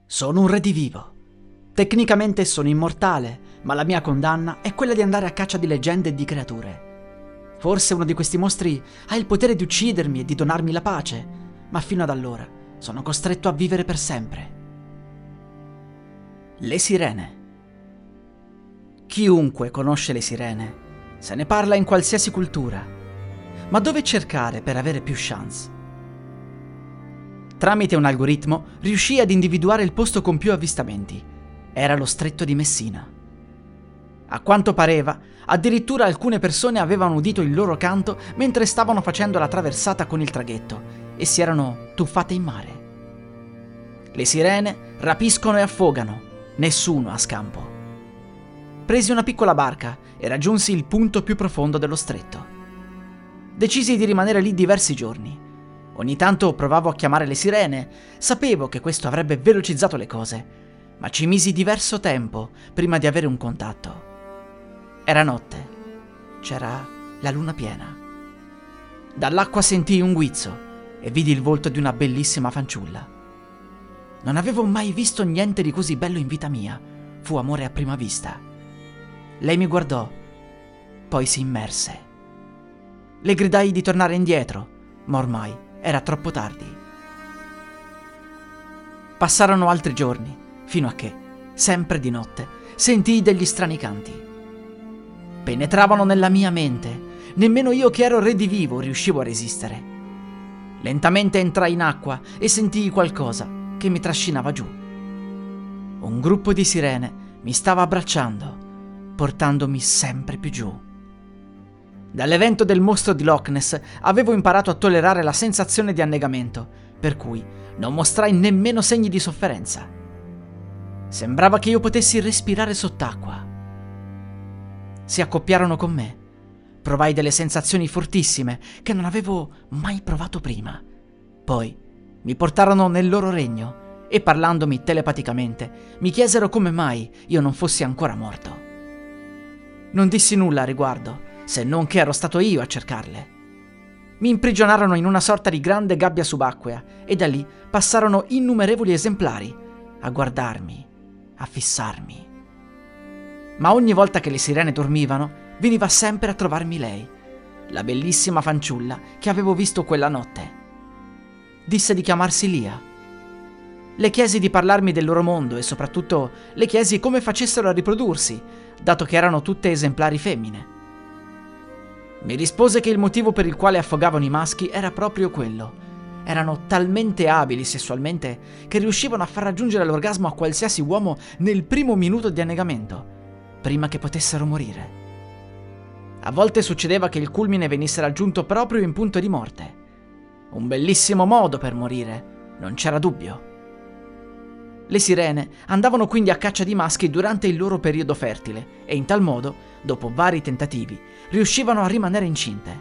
Sono un redivivo. Tecnicamente sono immortale, ma la mia condanna è quella di andare a caccia di leggende e di creature. Forse uno di questi mostri ha il potere di uccidermi e di donarmi la pace, ma fino ad allora sono costretto a vivere per sempre. Le sirene. Chiunque conosce le sirene, se ne parla in qualsiasi cultura, ma dove cercare per avere più chance? Tramite un algoritmo riuscii ad individuare il posto con più avvistamenti. Era lo stretto di Messina. A quanto pareva, addirittura alcune persone avevano udito il loro canto mentre stavano facendo la traversata con il traghetto e si erano tuffate in mare. Le sirene rapiscono e affogano, nessuno ha scampo. Presi una piccola barca e raggiunsi il punto più profondo dello stretto. Decisi di rimanere lì diversi giorni. Ogni tanto provavo a chiamare le sirene, sapevo che questo avrebbe velocizzato le cose, ma ci misi diverso tempo prima di avere un contatto. Era notte, c'era la luna piena. Dall'acqua sentii un guizzo e vidi il volto di una bellissima fanciulla. Non avevo mai visto niente di così bello in vita mia, fu amore a prima vista. Lei mi guardò, poi si immerse. Le gridai di tornare indietro, ma ormai era troppo tardi. Passarono altri giorni, fino a che, sempre di notte, sentii degli strani canti. Penetravano nella mia mente, nemmeno io che ero redivivo riuscivo a resistere. Lentamente entrai in acqua e sentii qualcosa che mi trascinava giù. Un gruppo di sirene mi stava abbracciando, portandomi sempre più giù. Dall'evento del mostro di Loch Ness avevo imparato a tollerare la sensazione di annegamento, per cui non mostrai nemmeno segni di sofferenza. Sembrava che io potessi respirare sott'acqua. Si accoppiarono con me. Provai delle sensazioni fortissime che non avevo mai provato prima. Poi mi portarono nel loro regno e, parlandomi telepaticamente, mi chiesero come mai io non fossi ancora morto. Non dissi nulla a riguardo, se non che ero stato io a cercarle. Mi imprigionarono in una sorta di grande gabbia subacquea e da lì passarono innumerevoli esemplari a guardarmi, a fissarmi. Ma ogni volta che le sirene dormivano, veniva sempre a trovarmi lei, la bellissima fanciulla che avevo visto quella notte. Disse di chiamarsi Lia. Le chiesi di parlarmi del loro mondo e soprattutto le chiesi come facessero a riprodursi, dato che erano tutte esemplari femmine. Mi rispose che il motivo per il quale affogavano i maschi era proprio quello. Erano talmente abili sessualmente che riuscivano a far raggiungere l'orgasmo a qualsiasi uomo nel primo minuto di annegamento, prima che potessero morire. A volte succedeva che il culmine venisse raggiunto proprio in punto di morte. Un bellissimo modo per morire, non c'era dubbio. Le sirene andavano quindi a caccia di maschi durante il loro periodo fertile e in tal modo, dopo vari tentativi, riuscivano a rimanere incinte.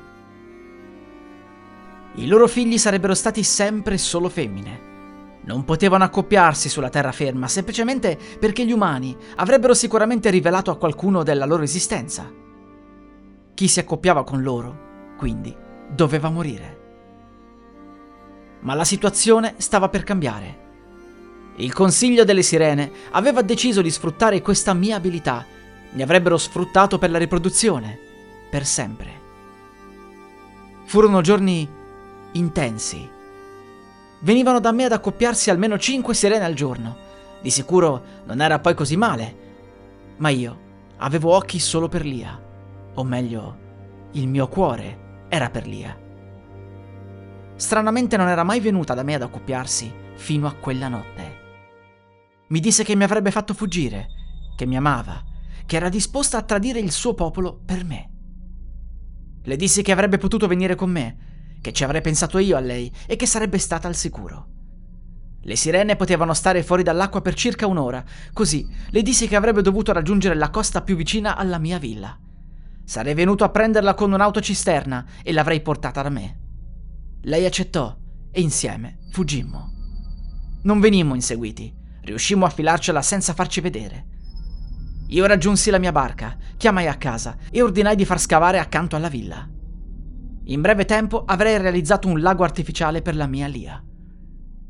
I loro figli sarebbero stati sempre solo femmine. Non potevano accoppiarsi sulla terraferma semplicemente perché gli umani avrebbero sicuramente rivelato a qualcuno della loro esistenza. Chi si accoppiava con loro, quindi, doveva morire. Ma la situazione stava per cambiare. Il Consiglio delle Sirene aveva deciso di sfruttare questa mia abilità. Mi avrebbero sfruttato per la riproduzione, per sempre. Furono giorni intensi. Venivano da me ad accoppiarsi almeno 5 sirene al giorno. Di sicuro non era poi così male, ma io avevo occhi solo per Lia. O meglio, il mio cuore era per Lia. Stranamente non era mai venuta da me ad accoppiarsi fino a quella notte. Mi disse che mi avrebbe fatto fuggire, che mi amava, che era disposta a tradire il suo popolo per me. Le dissi che avrebbe potuto venire con me, che ci avrei pensato io a lei e che sarebbe stata al sicuro. Le sirene potevano stare fuori dall'acqua per circa un'ora, così le dissi che avrebbe dovuto raggiungere la costa più vicina alla mia villa. Sarei venuto a prenderla con un'autocisterna e l'avrei portata da me. Lei accettò e insieme fuggimmo. Non venimmo inseguiti. Riuscimmo a filarcela senza farci vedere. Io raggiunsi la mia barca, chiamai a casa e ordinai di far scavare accanto alla villa. In breve tempo avrei realizzato un lago artificiale per la mia Lia.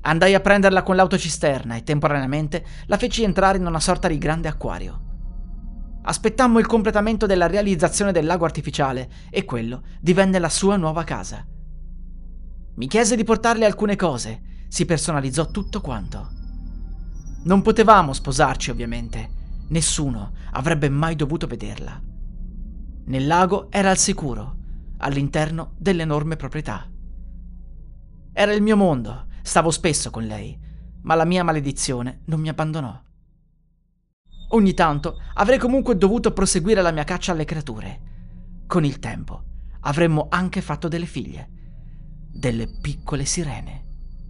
Andai a prenderla con l'autocisterna e temporaneamente la feci entrare in una sorta di grande acquario. Aspettammo il completamento della realizzazione del lago artificiale e quello divenne la sua nuova casa. Mi chiese di portarle alcune cose, si personalizzò tutto quanto. Non potevamo sposarci, ovviamente. Nessuno avrebbe mai dovuto vederla. Nel lago era al sicuro, all'interno dell'enorme proprietà. Era il mio mondo, stavo spesso con lei, ma la mia maledizione non mi abbandonò. Ogni tanto avrei comunque dovuto proseguire la mia caccia alle creature. Con il tempo avremmo anche fatto delle figlie, delle piccole sirene.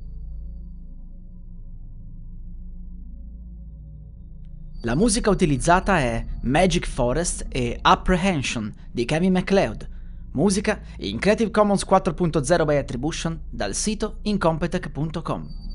La musica utilizzata è Magic Forest e Apprehension di Kevin MacLeod, musica in Creative Commons 4.0 by Attribution dal sito incompetech.com.